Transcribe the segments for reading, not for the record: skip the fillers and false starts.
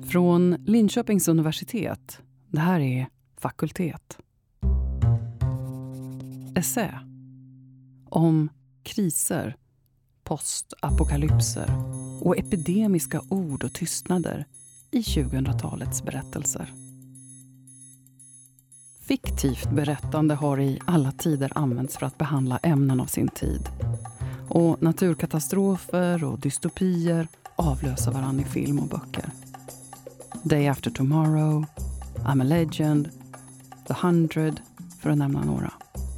Från Linköpings universitet. Det här är Fakultet. Essä. Om kriser, postapokalypser och epidemiska ord och tystnader i 2000-talets berättelser. Fiktivt berättande har i alla tider använts för att behandla ämnen av sin tid. Och naturkatastrofer och dystopier avlöser varann i film och böcker. Day After Tomorrow, I'm a Legend, The 100, för att nämna några.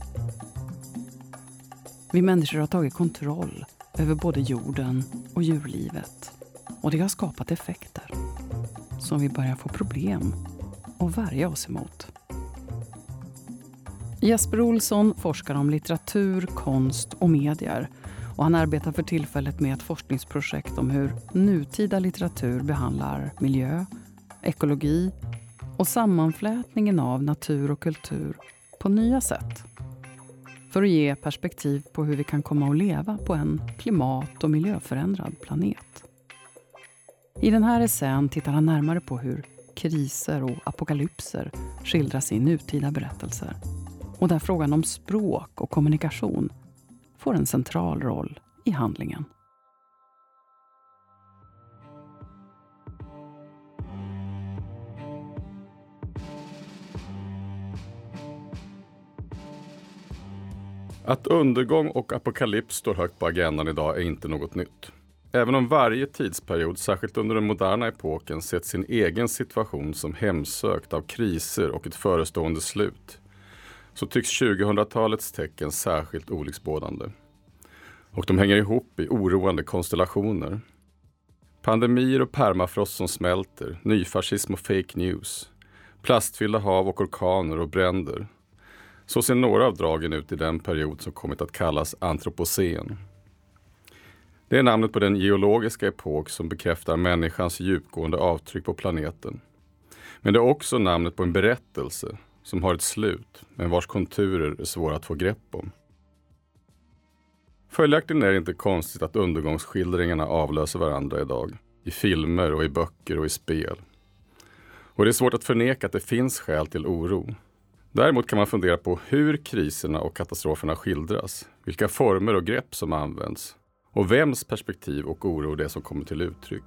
Vi människor har tagit kontroll över både jorden och djurlivet. Och det har skapat effekter som vi börjar få problem att värja oss emot. Jesper Olsson forskar om litteratur, konst och medier. Och han arbetar för tillfället med ett forskningsprojekt om hur nutida litteratur behandlar miljö, ekologi och sammanflätningen av natur och kultur på nya sätt. För att ge perspektiv på hur vi kan komma att leva på en klimat- och miljöförändrad planet. I den här essän tittar han närmare på hur kriser och apokalypser skildras i nutida berättelser. Och där frågan om språk och kommunikation får en central roll i handlingen. Att undergång och apokalyps står högt på agendan idag är inte något nytt. Även om varje tidsperiod, särskilt under den moderna epoken, sett sin egen situation som hemsökt av kriser och ett förestående slut, så tycks 2000-talets tecken särskilt olycksbådande. Och de hänger ihop i oroande konstellationer. Pandemier och permafrost som smälter, nyfascism och fake news, plastfyllda hav och orkaner och bränder. Så ser några av dragen ut i den period som kommit att kallas antropocen. Det är namnet på den geologiska epok som bekräftar människans djupgående avtryck på planeten. Men det är också namnet på en berättelse som har ett slut, men vars konturer är svåra att få grepp om. Följaktligen är det inte konstigt att undergångsskildringarna avlöser varandra idag, i filmer och i böcker och i spel. Och det är svårt att förneka att det finns skäl till oro. Däremot kan man fundera på hur kriserna och katastroferna skildras, vilka former och grepp som används och vems perspektiv och oro det är som kommer till uttryck.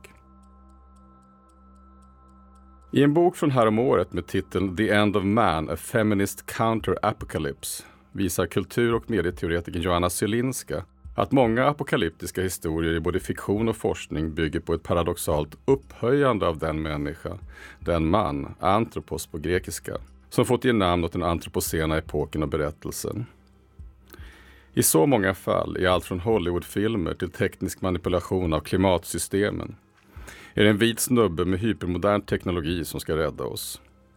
I en bok från häromåret med titeln The End of Man, A Feminist Counter-Apocalypse visar kultur- och medieteoretikern Joanna Zielinska att många apokalyptiska historier i både fiktion och forskning bygger på ett paradoxalt upphöjande av den människa, den man, antropos på grekiska, som fått ge namn åt den antropocena epoken och berättelsen. I så många fall, i allt från Hollywoodfilmer till teknisk manipulation av klimatsystemen, är det en vit snubbe med hypermodern teknologi som ska rädda oss.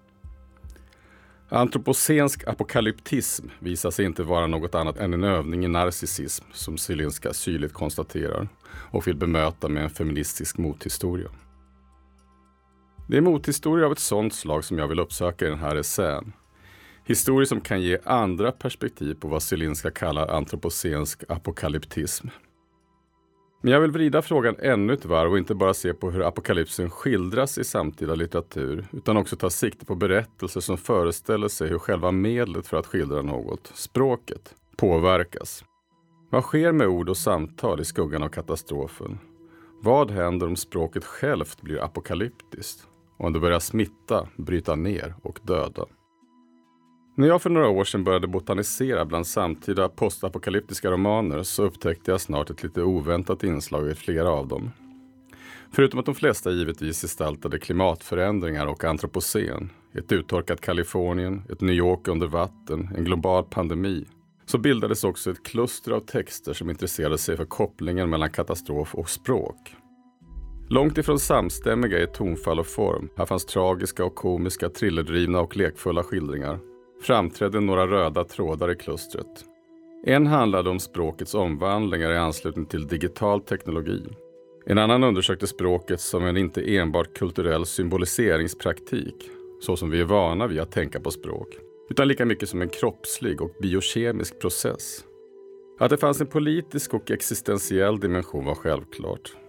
Antropocensk apokalyptism visar sig inte vara något annat än en övning i narcissism, som Zielinska syrligt konstaterar och vill bemöta med en feministisk mothistoria. Det är mothistorier av ett sådant slag som jag vill uppsöka i den här essän. Historier som kan ge andra perspektiv på vad Zielinska kallar antropocensk apokalyptism. Men jag vill vrida frågan ännu ett varv och inte bara se på hur apokalypsen skildras i samtida litteratur, utan också ta sikte på berättelser som föreställer sig hur själva medlet för att skildra något, språket, påverkas. Vad sker med ord och samtal i skuggan av katastrofen? Vad händer om språket självt blir apokalyptiskt? Om det börjar smitta, bryta ner och döda? När jag för några år sedan började botanisera bland samtida postapokalyptiska romaner så upptäckte jag snart ett lite oväntat inslag i flera av dem. Förutom att de flesta givetvis gestaltade klimatförändringar och antropocen, ett uttorkat Kalifornien, ett New York under vatten, en global pandemi, så bildades också ett kluster av texter som intresserade sig för kopplingen mellan katastrof och språk. Långt ifrån samstämmiga i tonfall och form, här fanns tragiska och komiska, thrillerdrivna och lekfulla skildringar, framträdde några röda trådar i klustret. En handlade om språkets omvandlingar i anslutning till digital teknologi. En annan undersökte språket som en inte enbart kulturell symboliseringspraktik, så som vi är vana vid att tänka på språk, utan lika mycket som en kroppslig och biokemisk process. Att det fanns en politisk och existentiell dimension var självklart.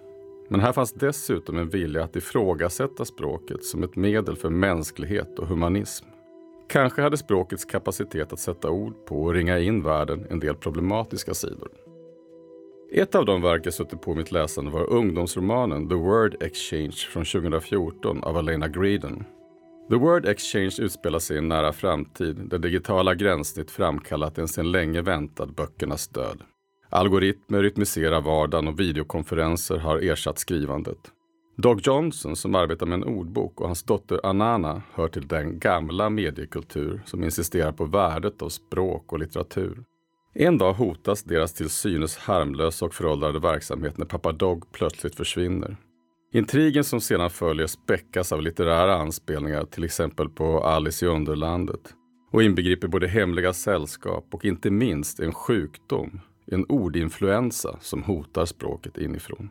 Men här fanns dessutom en vilja att ifrågasätta språket som ett medel för mänsklighet och humanism. Kanske hade språkets kapacitet att sätta ord på och ringa in världen en del problematiska sidor. Ett av de verk jag suttit på mitt läsande var ungdomsromanen The Word Exchange från 2014 av Elena Greden. The Word Exchange utspelar sig i en nära framtid där digitala gränssnitt framkallat en sedan länge väntad böckernas död. Algoritmer rytmiserar vardagen och videokonferenser har ersatt skrivandet. Doug Johnson som arbetar med en ordbok och hans dotter Anana hör till den gamla mediekultur som insisterar på värdet av språk och litteratur. En dag hotas deras till synes harmlösa och föråldrade verksamhet när pappa Doug plötsligt försvinner. Intrigen som sedan följer späckas av litterära anspelningar till exempel på Alice i Underlandet och inbegriper både hemliga sällskap och inte minst en sjukdom, en ordinfluensa som hotar språket inifrån.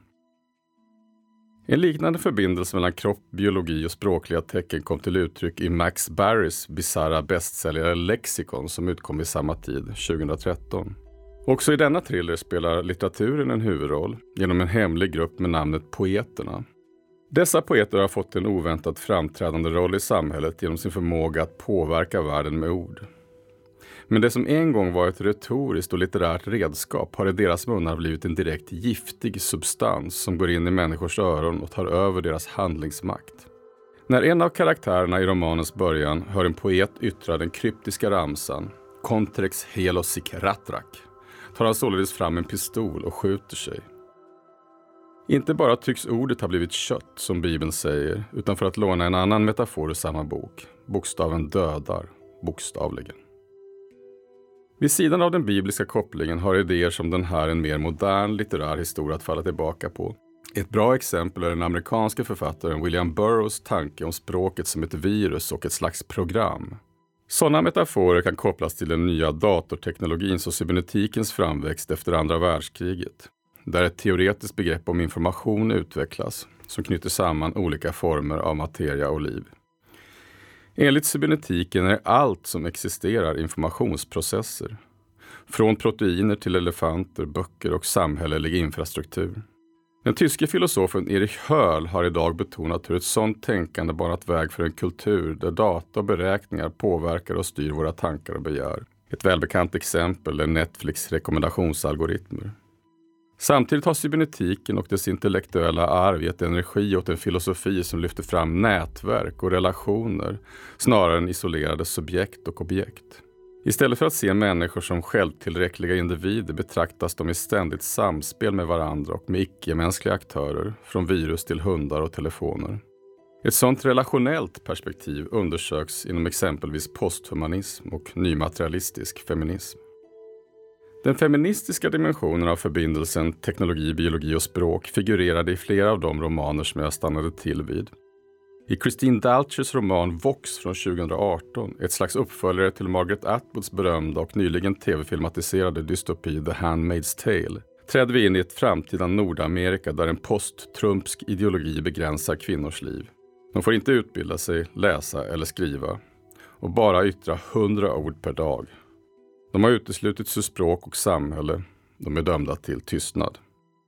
En liknande förbindelse mellan kropp, biologi och språkliga tecken kom till uttryck i Max Barrys bizarra bästsäljare Lexikon som utkom vid samma tid, 2013. Också i denna thriller spelar litteraturen en huvudroll genom en hemlig grupp med namnet Poeterna. Dessa poeter har fått en oväntat framträdande roll i samhället genom sin förmåga att påverka världen med ord. Men det som en gång var ett retoriskt och litterärt redskap har i deras munnar blivit en direkt giftig substans som går in i människors öron och tar över deras handlingsmakt. När en av karaktärerna i romanens början hör en poet yttra den kryptiska ramsan Contrex helosic ratrak tar han således fram en pistol och skjuter sig. Inte bara tycks ordet ha blivit kött som Bibeln säger, utan för att låna en annan metafor i samma bok. Bokstaven dödar, bokstavligen. Vid sidan av den bibliska kopplingen har idéer som den här en mer modern litterär historia att falla tillbaka på. Ett bra exempel är den amerikanska författaren William Burroughs tanke om språket som ett virus och ett slags program. Sådana metaforer kan kopplas till den nya datorteknologins och cybernetikens framväxt efter andra världskriget, där ett teoretiskt begrepp om information utvecklas som knyter samman olika former av materia och liv. Enligt cybernetiken är allt som existerar informationsprocesser, från proteiner till elefanter, böcker och samhällelig infrastruktur. Den tyske filosofen Erich Höll har idag betonat hur ett sådant tänkande banat väg för en kultur där data och beräkningar påverkar och styr våra tankar och begär. Ett välbekant exempel är Netflix rekommendationsalgoritmer. Samtidigt har cybernetiken och dess intellektuella arv gett energi åt en filosofi som lyfter fram nätverk och relationer snarare än isolerade subjekt och objekt. Istället för att se människor som självtillräckliga individer betraktas de i ständigt samspel med varandra och med icke-mänskliga aktörer, från virus till hundar och telefoner. Ett sådant relationellt perspektiv undersöks inom exempelvis posthumanism och nymaterialistisk feminism. Den feministiska dimensionen av förbindelsen teknologi, biologi och språk figurerade i flera av de romaner som jag stannade till vid. I Christine Dalchers roman Vox från 2018, ett slags uppföljare till Margaret Atwoods berömda och nyligen tv-filmatiserade dystopi The Handmaid's Tale, trädde vi in i ett framtida Nordamerika där en post-trumpsk ideologi begränsar kvinnors liv. De får inte utbilda sig, läsa eller skriva och bara yttra 100 ord per dag. De har uteslutits ur språk och samhälle. De är dömda till tystnad.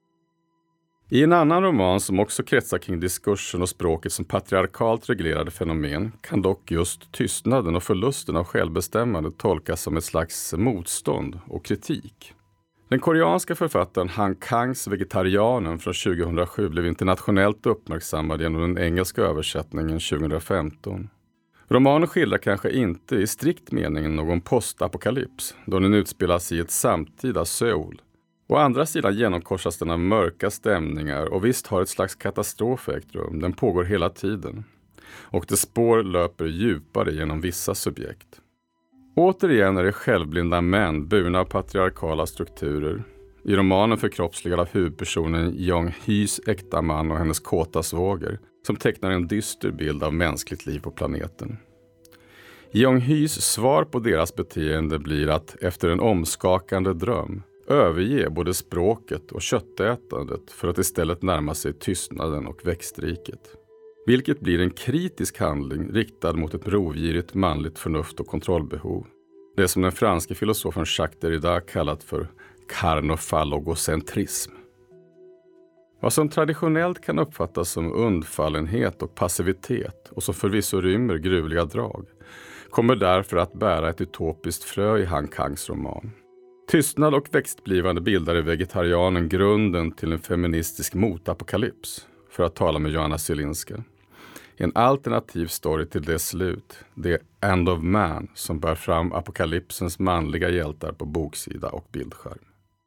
I en annan roman som också kretsar kring diskursen och språket som patriarkalt reglerade fenomen kan dock just tystnaden och förlusten av självbestämmande tolkas som ett slags motstånd och kritik. Den koreanska författaren Han Kangs Vegetarianen från 2007 blev internationellt uppmärksammad genom den engelska översättningen 2015. Romanen skildrar kanske inte i strikt mening någon postapokalyps, då den utspelas i ett samtida Seoul. Å andra sidan genomkorsas den av mörka stämningar och visst har ett slags katastrof ägt rum, den pågår hela tiden. Och det spår löper djupare genom vissa subjekt. Återigen är det självblinda män burna av patriarkala strukturer. I romanen förkroppsligad av huvudpersonen Jong-Hys äkta man och hennes kåta svåger, som tecknar en dyster bild av mänskligt liv på planeten. Jong-Hys svar på deras beteende blir att efter en omskakande dröm överge både språket och köttätandet för att istället närma sig tystnaden och växtriket. Vilket blir en kritisk handling riktad mot ett rovgirigt manligt förnuft och kontrollbehov. Det som den franske filosofen Jacques Derrida kallat för karnofallogocentrism. Vad som traditionellt kan uppfattas som undfallenhet och passivitet och som förvisso rymmer gruvliga drag kommer därför att bära ett utopiskt frö i Han Kangs roman. Tystnad och växtblivande bildar i Vegetarianen grunden till en feministisk motapokalyps, för att tala med Joanna Zielinska. En alternativ story till det slut, The End of Man, som bär fram apokalypsens manliga hjältar på boksida och bildskärm.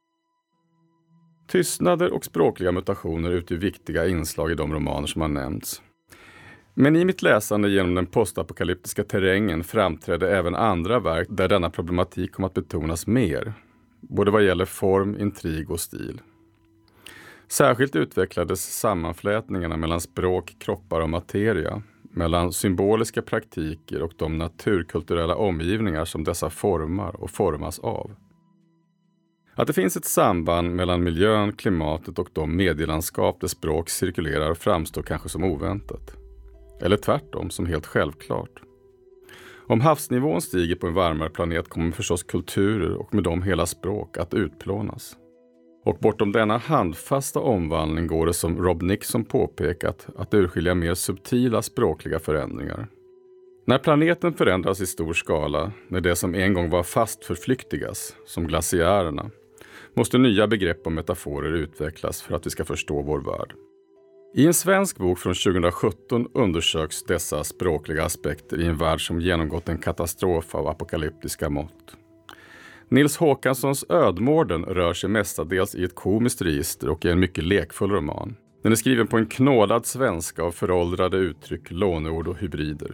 Tystnader och språkliga mutationer utgör viktiga inslag i de romaner som har nämnts. Men i mitt läsande genom den postapokalyptiska terrängen framträdde även andra verk där denna problematik kom att betonas mer, både vad gäller form, intrig och stil. Särskilt utvecklades sammanflätningarna mellan språk, kroppar och materia, mellan symboliska praktiker och de naturkulturella omgivningar som dessa formar och formas av. Att det finns ett samband mellan miljön, klimatet och de medielandskap där språk cirkulerar framstår kanske som oväntat. Eller tvärtom, som helt självklart. Om havsnivån stiger på en varmare planet kommer förstås kulturer och med dem hela språk att utplånas. Och bortom denna handfasta omvandling går det, som Rob Nixon påpekat, att urskilja mer subtila språkliga förändringar. När planeten förändras i stor skala, när det som en gång var fast förflyktigas, som glaciärerna, måste nya begrepp och metaforer utvecklas för att vi ska förstå vår värld. I en svensk bok från 2017 undersöks dessa språkliga aspekter i en värld som genomgått en katastrof av apokalyptiska mått. Nils Håkanssons Ödmården rör sig mestadels i ett komiskt register och är en mycket lekfull roman. Den är skriven på en knådad svenska av föråldrade uttryck, låneord och hybrider.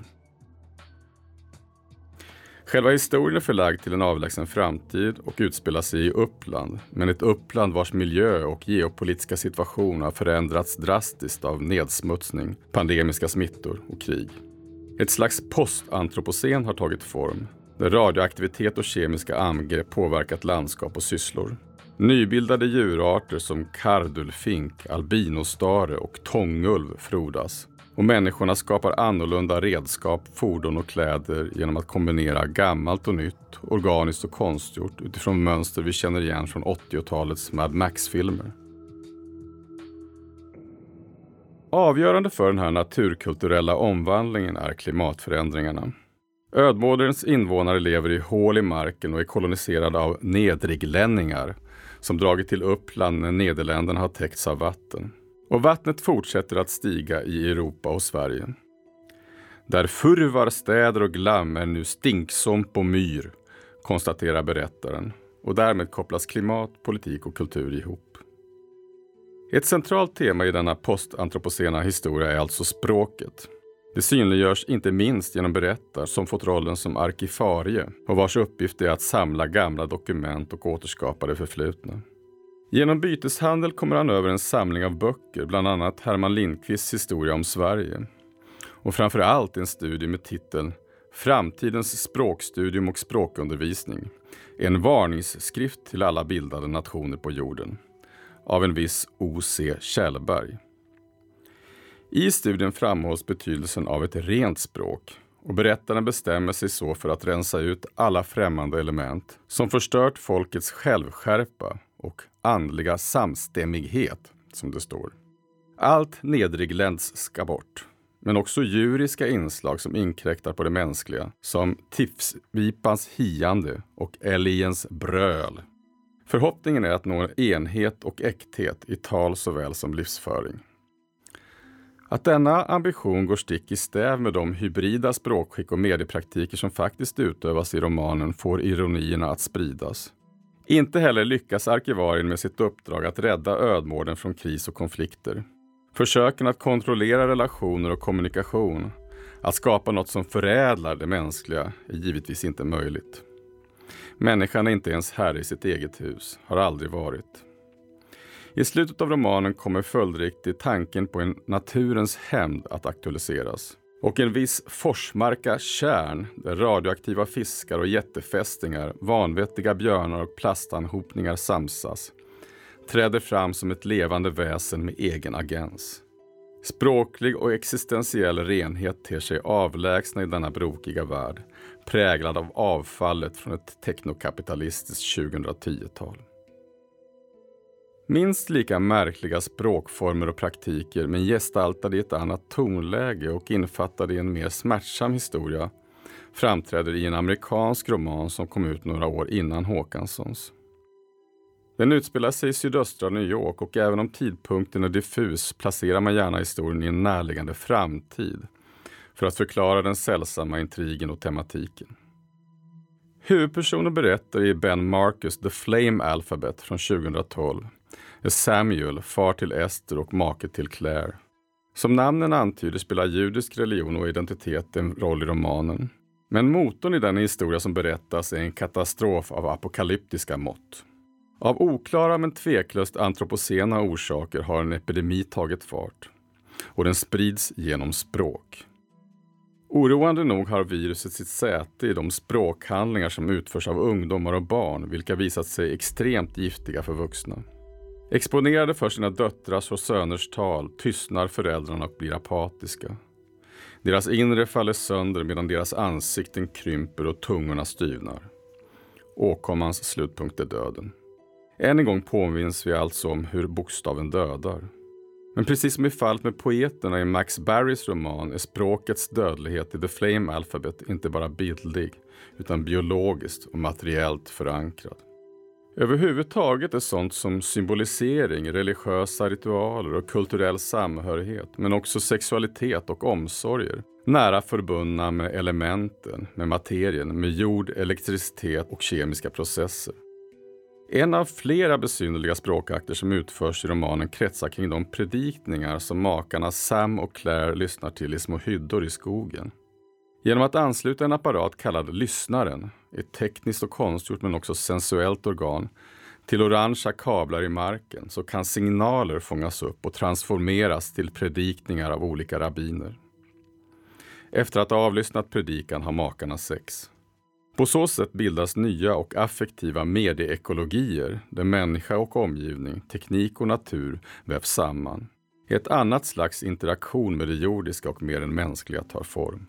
Själva historien är förlagd till en avlägsen framtid och utspelar sig i Uppland, men ett Uppland vars miljö och geopolitiska situation har förändrats drastiskt av nedsmutsning, pandemiska smittor och krig. Ett slags postantropocen har tagit form, där radioaktivitet och kemiska angrepp påverkat landskap och sysslor. Nybildade djurarter som kardulfink, albinostare och tångulv frodas. Och människorna skapar annorlunda redskap, fordon och kläder genom att kombinera gammalt och nytt, organiskt och konstgjort utifrån mönster vi känner igen från 80-talets Mad Max-filmer. Avgörande för den här naturkulturella omvandlingen är klimatförändringarna. Ödmårderns invånare lever i hål i marken och är koloniserade av nedriglänningar som dragit till Uppland när Nederländerna har täckts av vatten. Och vattnet fortsätter att stiga i Europa och Sverige. Där förr var städer och glam är nu stinksomp och myr, konstaterar berättaren. Och därmed kopplas klimat, politik och kultur ihop. Ett centralt tema i denna postantropocena historia är alltså språket. Det synliggörs inte minst genom berättare som fått rollen som arkifarie och vars uppgift är att samla gamla dokument och återskapa det förflutna. Genom byteshandel kommer han över en samling av böcker, bland annat Herman Lindqvists historia om Sverige. Och framförallt en studie med titeln Framtidens språkstudium och språkundervisning. En varningsskrift till alla bildade nationer på jorden. Av en viss O.C. Kjellberg. I studien framhålls betydelsen av ett rent språk. Och berättaren bestämmer sig så för att rensa ut alla främmande element som förstört folkets självskärpa och andliga samstämmighet, som det står. Allt nedrigländs ska bort, men också djuriska inslag som inkräktar på det mänskliga, som tifsvipans hiande och älgens bröl. Förhoppningen är att nå enhet och äkthet i tal såväl som livsföring. Att denna ambition går stick i stäv med de hybrida språkskick och mediepraktiker som faktiskt utövas i romanen får ironierna att spridas. Inte heller lyckas arkivarien med sitt uppdrag att rädda Ödmården från kris och konflikter. Försöken att kontrollera relationer och kommunikation, att skapa något som förädlar det mänskliga, är givetvis inte möjligt. Människan är inte ens herre i sitt eget hus, har aldrig varit. I slutet av romanen kommer följdriktigt tanken på en naturens hämnd att aktualiseras. Och en viss Forsmarka kärn där radioaktiva fiskar och jättefästingar, vanvettiga björnar och plastanhopningar samsas, träder fram som ett levande väsen med egen agens. Språklig och existentiell renhet ter sig avlägsna i denna brokiga värld, präglad av avfallet från ett teknokapitalistiskt 2010-tal. Minst lika märkliga språkformer och praktiker, men gestaltade i ett annat tonläge och infattade i en mer smärtsam historia, framträder i en amerikansk roman som kom ut några år innan Håkanssons. Den utspelar sig i sydöstra New York och även om tidpunkten är diffus placerar man gärna historien i en närliggande framtid för att förklara den sällsamma intrigen och tematiken. Huvudpersonen berättar i Ben Marcus The Flame Alphabet från 2012 är Samuel, far till Esther och make till Claire. Som namnen antyder spelar judisk religion och identitet en roll i romanen. Men motorn i den historia som berättas är en katastrof av apokalyptiska mått. Av oklara men tveklöst antropocena orsaker har en epidemi tagit fart. Och den sprids genom språk. Oroande nog har viruset sitt säte i de språkhandlingar som utförs av ungdomar och barn, vilka visat sig extremt giftiga för vuxna. Exponerade för sina döttrars och söners tal tystnar föräldrarna och blir apatiska. Deras inre faller sönder medan deras ansikten krymper och tungorna styvnar. Åkommans slutpunkt är döden. Än en gång påminns vi alltså om hur bokstaven dödar. Men precis som i fallet med poeterna i Max Barrys roman är språkets dödlighet i The Flame Alphabet inte bara bildlig utan biologiskt och materiellt förankrad. Överhuvudtaget är sånt som symbolisering, religiösa ritualer och kulturell samhörighet, men också sexualitet och omsorger, nära förbundna med elementen, med materien, med jord, elektricitet och kemiska processer. En av flera besynnerliga språkakter som utförs i romanen kretsar kring de predikningar som makarna Sam och Claire lyssnar till i små hyddor i skogen. Genom att ansluta en apparat kallad lyssnaren, ett tekniskt och konstgjort men också sensuellt organ, till orangea kablar i marken så kan signaler fångas upp och transformeras till predikningar av olika rabbiner. Efter att ha avlyssnat predikan har makarna sex. På så sätt bildas nya och affektiva medieekologier där människa och omgivning, teknik och natur vävs samman. Ett annat slags interaktion med det jordiska och med den mänskliga tar form.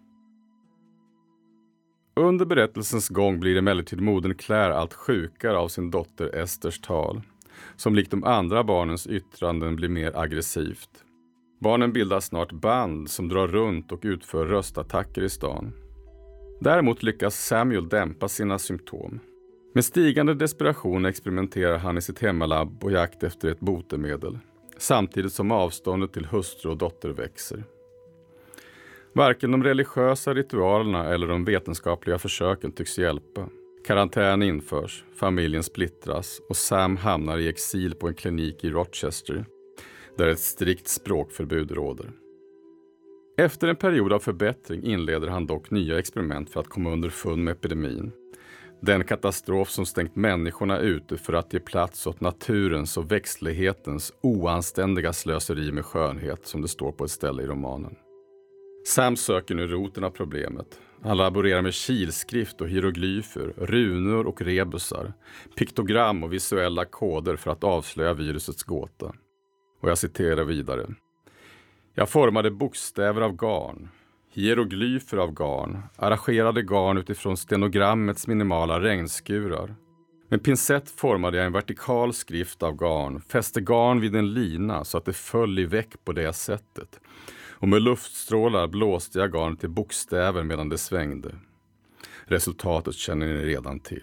Under berättelsens gång blir emellertid modern Claire allt sjukare av sin dotter Esters tal, som likt de andra barnens yttranden blir mer aggressivt. Barnen bildar snart band som drar runt och utför röstattacker i stan. Däremot lyckas Samuel dämpa sina symptom. Med stigande desperation experimenterar han i sitt hemmalabb och jakt efter ett botemedel, samtidigt som avståndet till hustru och dotter växer. Varken de religiösa ritualerna eller de vetenskapliga försöken tycks hjälpa. Karantän införs, familjen splittras och Sam hamnar i exil på en klinik i Rochester, där ett strikt språkförbud råder. Efter en period av förbättring inleder han dock nya experiment för att komma underfund med epidemin. Den katastrof som stängt människorna ute för att ge plats åt naturens och växtlighetens oanständiga slöseri med skönhet, som det står på ett ställe i romanen. Sam söker nu roten av problemet. Han laborerar med kilskrift och hieroglyfer, runor och rebusar, piktogram och visuella koder för att avslöja virusets gåta. Och jag citerar vidare. Jag formade bokstäver av garn, hieroglyfer av garn, arrangerade garn utifrån stenogrammets minimala regnskurar. Med pincett formade jag en vertikal skrift av garn, fäste garn vid en lina så att det föll i väck på det sättet. Och med luftstrålar blåste jag garnet till bokstäver medan det svängde. Resultatet känner ni redan till.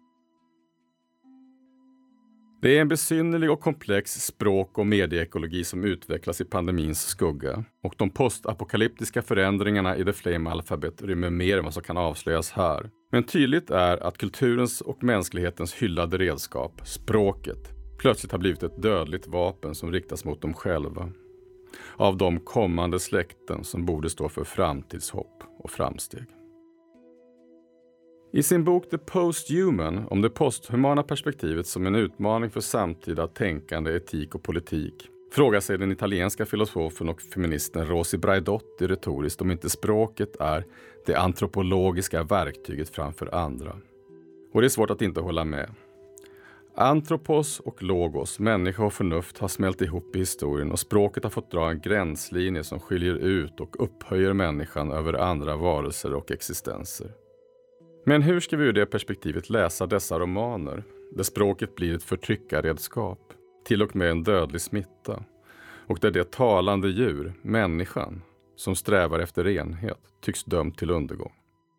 Det är en besynnerlig och komplex språk- och medieekologi som utvecklas i pandemins skugga. Och de postapokalyptiska förändringarna i The Flame Alphabet rymmer mer än vad som kan avslöjas här. Men tydligt är att kulturens och mänsklighetens hyllade redskap, språket, plötsligt har blivit ett dödligt vapen som riktas mot dem själva. Av de kommande släkten som borde stå för framtidshopp och framsteg. I sin bok The Posthuman om det posthumana perspektivet som en utmaning för samtida tänkande, etik och politik frågar sig den italienska filosofen och feministen Rosi Braidotti retoriskt om inte språket är det antropologiska verktyget framför andra. Och det är svårt att inte hålla med. Antropos och logos, människa och förnuft, har smält ihop i historien och språket har fått dra en gränslinje som skiljer ut och upphöjer människan över andra varelser och existenser. Men hur ska vi ur det perspektivet läsa dessa romaner, där språket blir ett förtryckarredskap? till och med en dödlig smitta, och där det talande djur, människan, som strävar efter renhet, tycks dömt till undergång.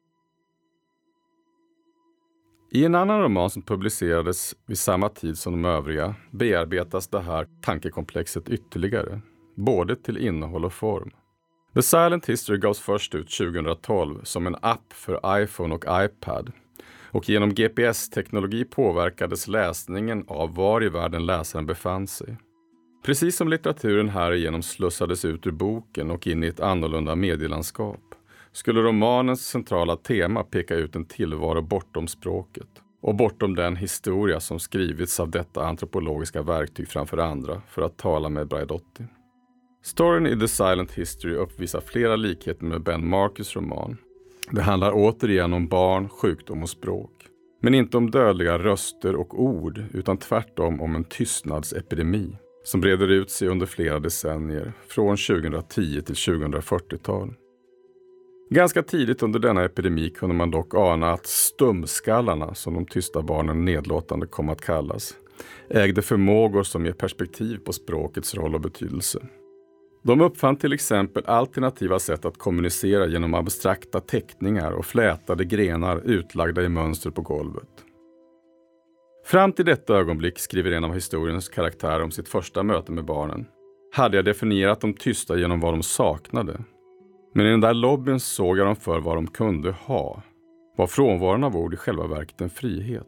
I en annan roman som publicerades vid samma tid som de övriga bearbetas det här tankekomplexet ytterligare, både till innehåll och form. The Silent History gavs först ut 2012 som en app för iPhone och iPad, och genom GPS-teknologi påverkades läsningen av var i världen läsaren befann sig. Precis som litteraturen härigenom slussades ut ur boken och in i ett annorlunda medielandskap, skulle romanens centrala tema peka ut en tillvaro bortom språket och bortom den historia som skrivits av detta antropologiska verktyg framför andra, för att tala med Braidotti. Storyn i The Silent History uppvisar flera likheter med Ben Marcus roman. Det handlar återigen om barn, sjukdom och språk. Men inte om dödliga röster och ord, utan tvärtom om en tystnadsepidemi som breder ut sig under flera decennier, från 2010 till 2040-tal. Ganska tidigt under denna epidemi kunde man dock ana att stumskallarna, som de tysta barnen nedlåtande kom att kallas, ägde förmågor som ger perspektiv på språkets roll och betydelse. De uppfann till exempel alternativa sätt att kommunicera genom abstrakta teckningar och flätade grenar utlagda i mönster på golvet. Fram till detta ögonblick, skriver en av historiens karaktärer om sitt första möte med barnen, hade jag definierat de tysta genom vad de saknade. Men i den där lobbyn såg jag dem för vad de kunde ha. Var frånvaron av ord i själva verket en frihet?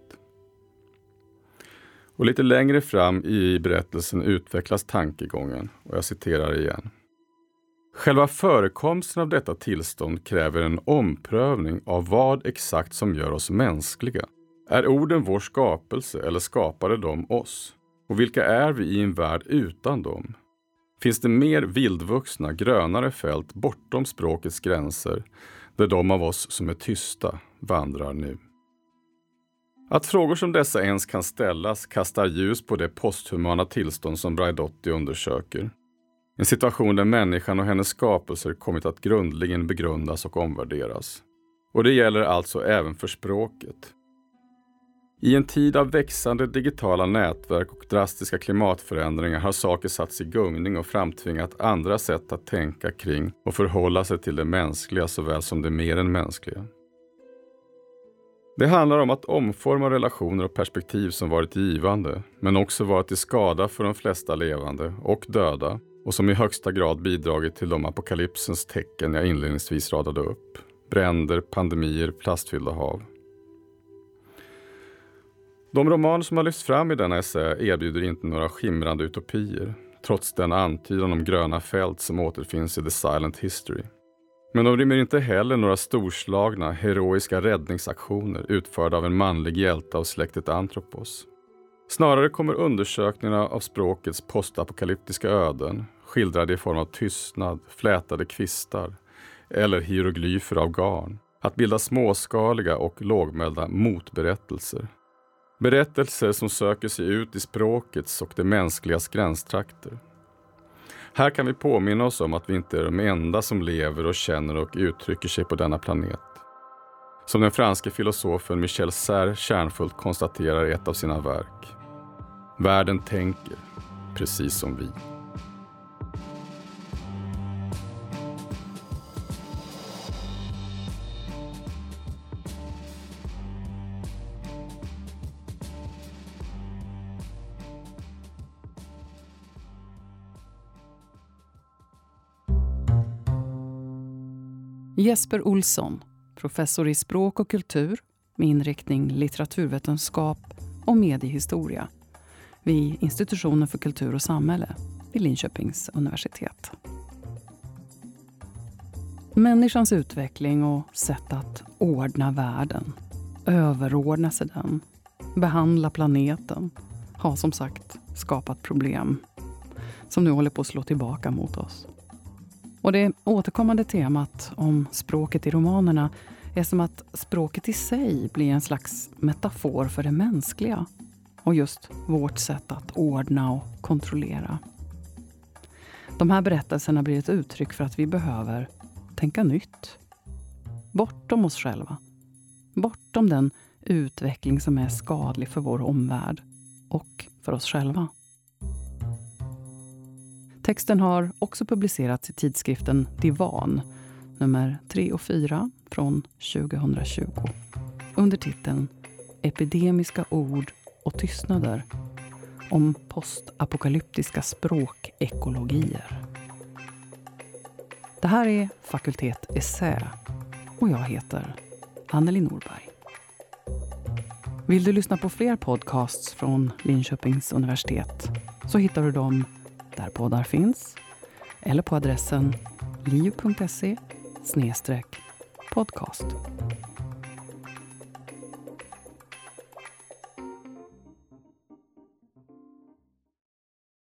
Och lite längre fram i berättelsen utvecklas tankegången, och jag citerar igen. Själva förekomsten av detta tillstånd kräver en omprövning av vad exakt som gör oss mänskliga. Är orden vår skapelse eller skapade de oss? Och vilka är vi i en värld utan dem? Finns det mer vildvuxna, grönare fält bortom språkets gränser, där de av oss som är tysta vandrar nu? Att frågor som dessa ens kan ställas kastar ljus på det posthumana tillstånd som Braidotti undersöker. En situation där människan och hennes skapelser kommit att grundligen begrundas och omvärderas. Och det gäller alltså även för språket. I en tid av växande digitala nätverk och drastiska klimatförändringar har saker satts i gungning och framtvingat andra sätt att tänka kring och förhålla sig till det mänskliga såväl som det mer än mänskliga. Det handlar om att omforma relationer och perspektiv som varit givande, men också varit till skada för de flesta levande och döda, och som i högsta grad bidragit till de apokalypsens tecken jag inledningsvis radade upp. Bränder, pandemier, plastfyllda hav. De romaner som har lyfts fram i denna essä erbjuder inte några skimrande utopier, trots den antydan om gröna fält som återfinns i The Silent History. Men de rymmer inte heller några storslagna, heroiska räddningsaktioner utförda av en manlig hjälte av släktet Anthropos. Snarare kommer undersökningarna av språkets postapokalyptiska öden, skildrade i form av tystnad, flätade kvistar eller hieroglyfer av garn, att bilda småskaliga och lågmälda motberättelser. Berättelser som söker sig ut i språkets och det mänskligas gränstrakter. Här kan vi påminna oss om att vi inte är de enda som lever och känner och uttrycker sig på denna planet. Som den franske filosofen Michel Serre kärnfullt konstaterar i ett av sina verk. Världen tänker, precis som vi. Jesper Olsson, professor i språk och kultur med inriktning litteraturvetenskap och mediehistoria vid Institutionen för kultur och samhälle vid Linköpings universitet. Människans utveckling och sätt att ordna världen, överordna sig den, behandla planeten har som sagt skapat problem som nu håller på att slå tillbaka mot oss. Och det återkommande temat om språket i romanerna är som att språket i sig blir en slags metafor för det mänskliga och just vårt sätt att ordna och kontrollera. De här berättelserna blir ett uttryck för att vi behöver tänka nytt. Bortom oss själva. Bortom den utveckling som är skadlig för vår omvärld och för oss själva. Texten har också publicerats i tidskriften Divan, nummer 3 och 4 från 2020, under titeln Epidemiska ord och tystnader om postapokalyptiska språkekologier. Det här är Fakultet Essä och jag heter Anneli Norberg. Vill du lyssna på fler podcasts från Linköpings universitet så hittar du dem där poddar finns eller på adressen liu.se/podcast.